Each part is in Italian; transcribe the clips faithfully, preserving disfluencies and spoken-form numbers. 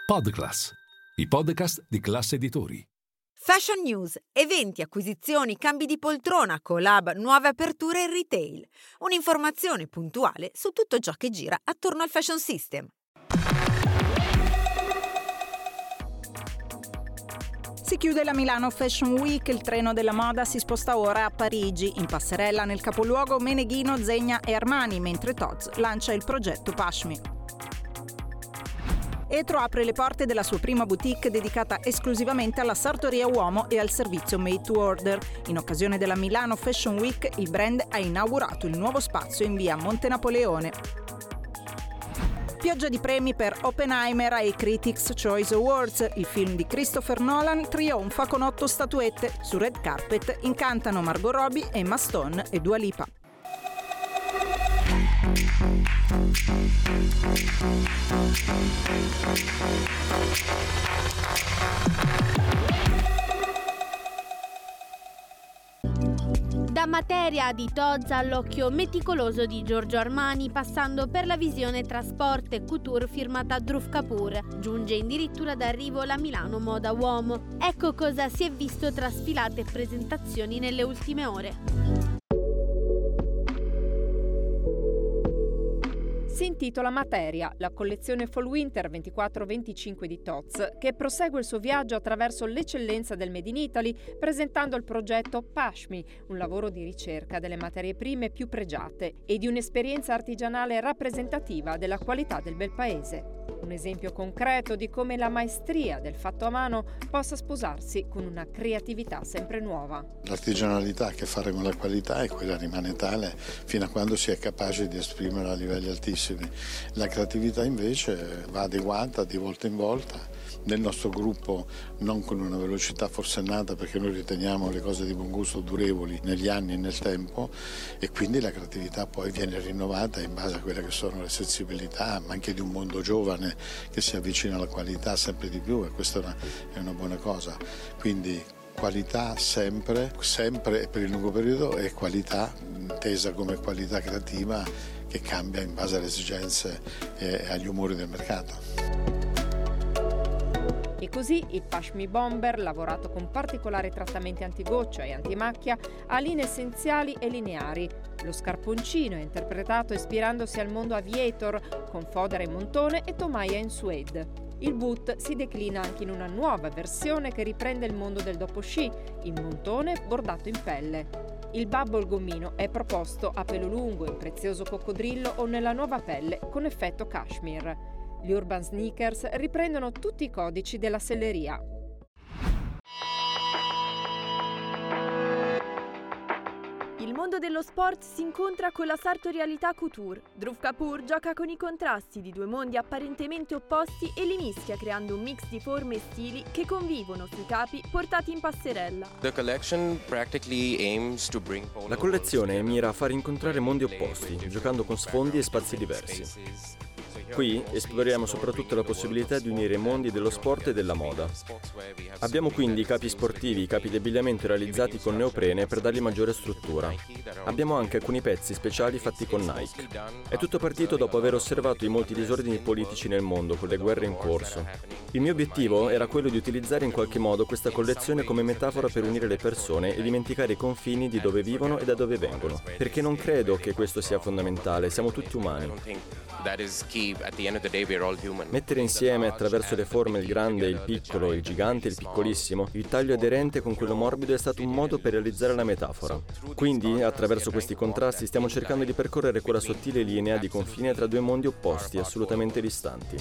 Podclass, i podcast di Class Editori. Fashion News, eventi, acquisizioni, cambi di poltrona, collab, nuove aperture in retail. Un'informazione puntuale su tutto ciò che gira attorno al fashion system. Si chiude la Milano Fashion Week, il treno della moda si sposta ora a Parigi, in passerella nel capoluogo Meneghino, Zegna e Armani, mentre Tod's lancia il progetto Pashmi. Etro apre le porte della sua prima boutique dedicata esclusivamente alla sartoria uomo e al servizio made to order. In occasione della Milano Fashion Week, il brand ha inaugurato il nuovo spazio in via Monte Napoleone. Pioggia di premi per Oppenheimer ai Critics' Choice Awards. Il film di Christopher Nolan trionfa con otto statuette. Su red carpet incantano Margot Robbie, Emma Stone e Dua Lipa. Da materia di Tod's all'occhio meticoloso di Giorgio Armani, passando per la visione tra sport e couture firmata Dhruv Kapoor, giunge addirittura d'arrivo la Milano Moda Uomo. Ecco cosa si è visto tra sfilate e presentazioni nelle ultime ore. Si intitola Materia, la collezione Fall-Winter ventiquattro venticinque di Tod's, che prosegue il suo viaggio attraverso l'eccellenza del Made in Italy, presentando il progetto Pashmi, un lavoro di ricerca delle materie prime più pregiate e di un'esperienza artigianale rappresentativa della qualità del bel paese. Un esempio concreto di come la maestria del fatto a mano possa sposarsi con una creatività sempre nuova. L'artigianalità ha a che fare con la qualità e quella rimane tale fino a quando si è capaci di esprimerla a livelli altissimi. La creatività invece va adeguata di volta in volta. Nel nostro gruppo non con una velocità forsennata, perché noi riteniamo le cose di buon gusto durevoli negli anni e nel tempo, e quindi la creatività poi viene rinnovata in base a quelle che sono le sensibilità, ma anche di un mondo giovane che si avvicina alla qualità sempre di più, e questa è una, è una buona cosa. Quindi qualità sempre, sempre e per il lungo periodo, e qualità intesa come qualità creativa che cambia in base alle esigenze e agli umori del mercato. E così il Pashmi Bomber, lavorato con particolari trattamenti antigoccia e antimacchia, ha linee essenziali e lineari. Lo scarponcino è interpretato ispirandosi al mondo aviator, con fodera in montone e tomaia in suede. Il boot si declina anche in una nuova versione che riprende il mondo del dopo sci, in montone bordato in pelle. Il bubble gommino è proposto a pelo lungo, in prezioso coccodrillo o nella nuova pelle con effetto cashmere. Gli urban sneakers riprendono tutti i codici della selleria. Il mondo dello sport si incontra con la sartorialità couture. Dhruv Kapoor gioca con i contrasti di due mondi apparentemente opposti e li mischia creando un mix di forme e stili che convivono sui capi portati in passerella. La collezione mira a far incontrare mondi opposti, giocando con sfondi e spazi diversi. Qui esploriamo soprattutto la possibilità di unire i mondi dello sport e della moda. Abbiamo quindi i capi sportivi, i capi di abbigliamento realizzati con neoprene per dargli maggiore struttura. Abbiamo anche alcuni pezzi speciali fatti con Nike. È tutto partito dopo aver osservato i molti disordini politici nel mondo con le guerre in corso. Il mio obiettivo era quello di utilizzare in qualche modo questa collezione come metafora per unire le persone e dimenticare i confini di dove vivono e da dove vengono. Perché non credo che questo sia fondamentale, siamo tutti umani. Mettere insieme attraverso le forme il grande e il piccolo, il gigante e il piccolissimo, il taglio aderente con quello morbido è stato un modo per realizzare la metafora. Quindi, attraverso questi contrasti, stiamo cercando di percorrere quella sottile linea di confine tra due mondi opposti, assolutamente distanti.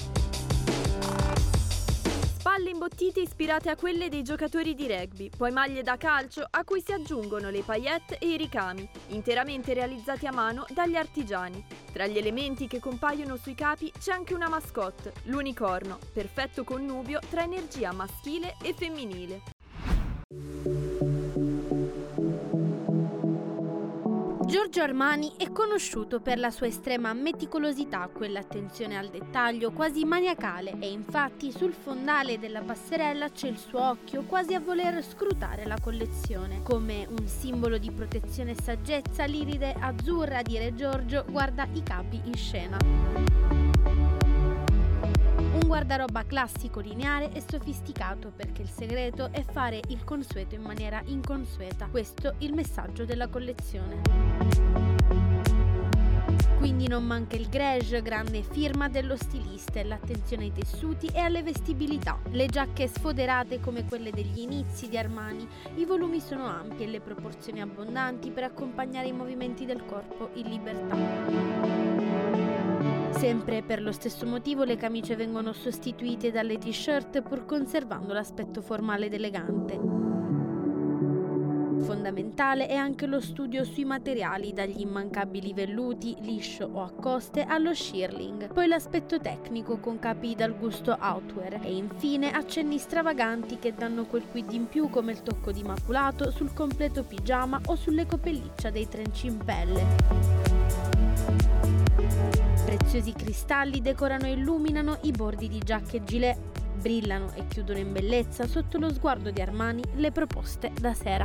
Spalle imbottite ispirate a quelle dei giocatori di rugby, poi maglie da calcio a cui si aggiungono le paillette e i ricami, interamente realizzati a mano dagli artigiani. Tra gli elementi che compaiono sui capi c'è anche una mascotte, l'unicorno, perfetto connubio tra energia maschile e femminile. Giorgio Armani è conosciuto per la sua estrema meticolosità, quell'attenzione al dettaglio quasi maniacale, e infatti sul fondale della passerella c'è il suo occhio quasi a voler scrutare la collezione. Come un simbolo di protezione e saggezza, l'iride azzurra di Re Giorgio guarda i capi in scena. Un guardaroba classico, lineare e sofisticato, perché il segreto è fare il consueto in maniera inconsueta. Questo il messaggio della collezione. Quindi non manca il grège, grande firma dello stilista, e l'attenzione ai tessuti e alle vestibilità. Le giacche sfoderate come quelle degli inizi di Armani, i volumi sono ampi e le proporzioni abbondanti per accompagnare i movimenti del corpo in libertà. Sempre per lo stesso motivo le camicie vengono sostituite dalle t-shirt, pur conservando l'aspetto formale ed elegante. Fondamentale è anche lo studio sui materiali, dagli immancabili velluti, liscio o a coste, allo shearling. Poi l'aspetto tecnico con capi dal gusto outwear e infine accenni stravaganti che danno quel quid in più, come il tocco di maculato sul completo pigiama o sull'eco pelliccia dei trench in pelle. Preziosi cristalli decorano e illuminano i bordi di giacche e gilet. Brillano e chiudono in bellezza sotto lo sguardo di Armani le proposte da sera.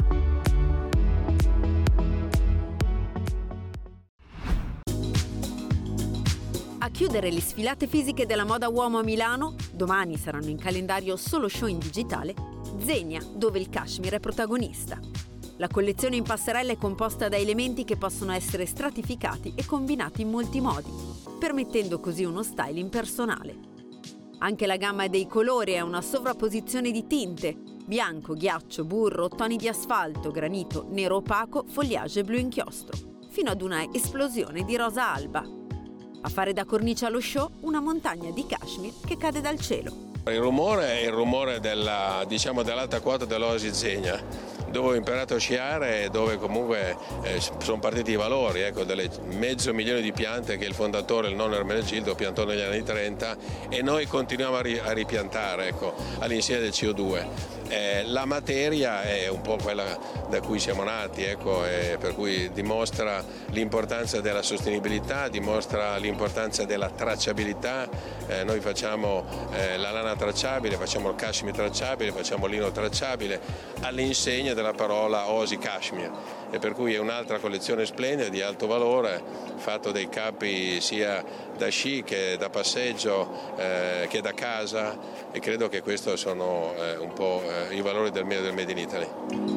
A chiudere le sfilate fisiche della moda uomo a Milano, domani saranno in calendario solo show in digitale, Zegna, dove il cashmere è protagonista. La collezione in passerella è composta da elementi che possono essere stratificati e combinati in molti modi, permettendo così uno styling personale. Anche la gamma dei colori è una sovrapposizione di tinte: bianco, ghiaccio, burro, toni di asfalto, granito, nero opaco, fogliage blu inchiostro, fino ad una esplosione di rosa alba. A fare da cornice allo show una montagna di cashmere che cade dal cielo. Il rumore è il rumore della, diciamo, dell'alta quota dell'Oasi Zegna, dove ho imparato a sciare e dove comunque eh, sono partiti i valori, ecco, delle mezzo milione di piante che il fondatore, il nonno Ermenegildo, piantò negli anni trenta, e noi continuiamo a, ri, a ripiantare, ecco, all'insieme del C O due. Eh, la materia è un po' quella da cui siamo nati, ecco, e per cui dimostra l'importanza della sostenibilità, dimostra l'importanza della tracciabilità. Eh, noi facciamo eh, la lana tracciabile, facciamo il cashmere tracciabile, facciamo il lino tracciabile, all'insegna della parola Oasi Cashmere, e per cui è un'altra collezione splendida di alto valore, fatto dei capi sia da sci che da passeggio eh, che da casa, e credo che questo sono eh, un po' eh, i valori del del Made in Italy.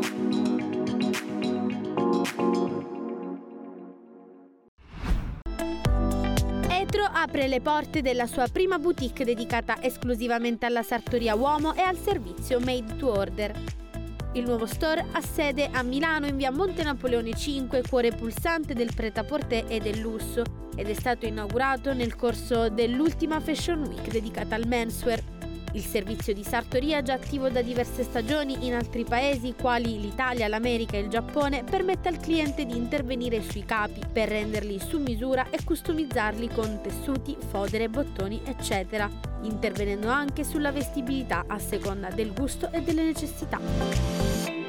Etro apre le porte della sua prima boutique dedicata esclusivamente alla sartoria uomo e al servizio made to order. Il nuovo store ha sede a Milano in via Monte Napoleone cinque, cuore pulsante del prêt-à-porter e del lusso, ed è stato inaugurato nel corso dell'ultima Fashion Week dedicata al menswear. Il servizio di sartoria, già attivo da diverse stagioni in altri paesi quali l'Italia, l'America e il Giappone, permette al cliente di intervenire sui capi per renderli su misura e customizzarli con tessuti, fodere, bottoni, eccetera, intervenendo anche sulla vestibilità a seconda del gusto e delle necessità.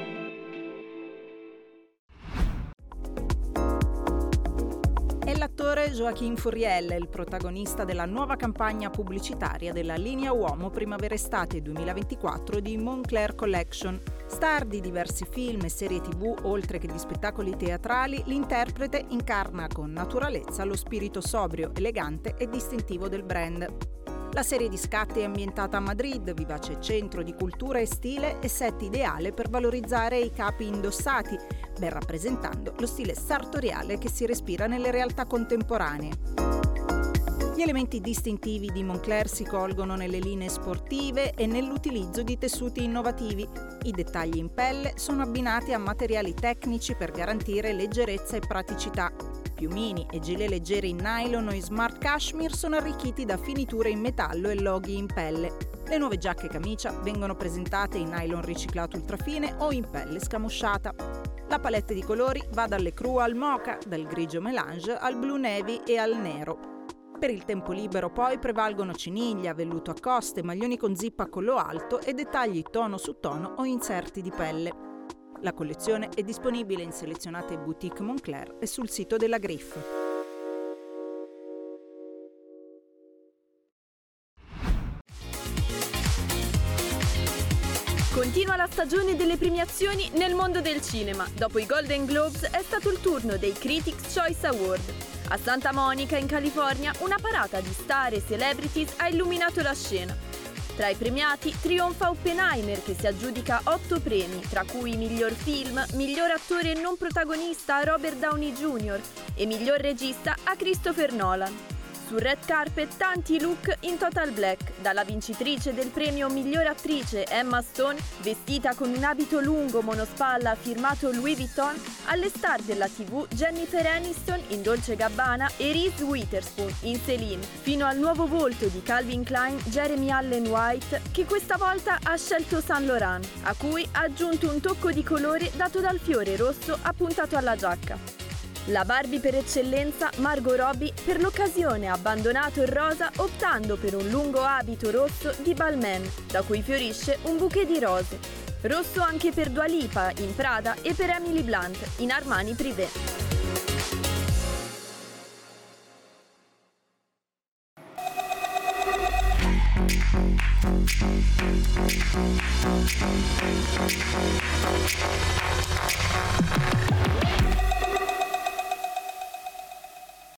L'attore Joaquin Furriel è il protagonista della nuova campagna pubblicitaria della linea uomo primavera-estate duemilaventiquattro di Moncler Collection. Star di diversi film e serie tivù, oltre che di spettacoli teatrali, l'interprete incarna con naturalezza lo spirito sobrio, elegante e distintivo del brand. La serie di scatti è ambientata a Madrid, vivace centro di cultura e stile e set ideale per valorizzare i capi indossati, ben rappresentando lo stile sartoriale che si respira nelle realtà contemporanee. Gli elementi distintivi di Moncler si colgono nelle linee sportive e nell'utilizzo di tessuti innovativi. I dettagli in pelle sono abbinati a materiali tecnici per garantire leggerezza e praticità. Piumini e gilet leggeri in nylon o in smart cashmere sono arricchiti da finiture in metallo e loghi in pelle. Le nuove giacche e camicia vengono presentate in nylon riciclato ultrafine o in pelle scamosciata. La palette di colori va dalle cru al mocha, dal grigio melange al blu navy e al nero. Per il tempo libero poi prevalgono ciniglia, velluto a coste, maglioni con zip a collo alto e dettagli tono su tono o inserti di pelle. La collezione è disponibile in selezionate boutique Moncler e sul sito della Griff. Continua la stagione delle premiazioni nel mondo del cinema. Dopo i Golden Globes è stato il turno dei Critics' Choice Award. A Santa Monica, in California, una parata di star e celebrities ha illuminato la scena. Tra i premiati trionfa Oppenheimer, che si aggiudica otto premi, tra cui miglior film, miglior attore non protagonista a Robert Downey junior e miglior regista a Christopher Nolan. Sul red carpet tanti look in total black, dalla vincitrice del premio miglior attrice Emma Stone, vestita con un abito lungo monospalla firmato Louis Vuitton, alle star della tivù Jennifer Aniston in Dolce Gabbana e Reese Witherspoon in Céline, fino al nuovo volto di Calvin Klein Jeremy Allen White, che questa volta ha scelto Saint Laurent, a cui ha aggiunto un tocco di colore dato dal fiore rosso appuntato alla giacca. La Barbie per eccellenza, Margot Robbie, per l'occasione ha abbandonato il rosa optando per un lungo abito rosso di Balmain, da cui fiorisce un bouquet di rose. Rosso anche per Dua Lipa in Prada e per Emily Blunt in Armani Privé.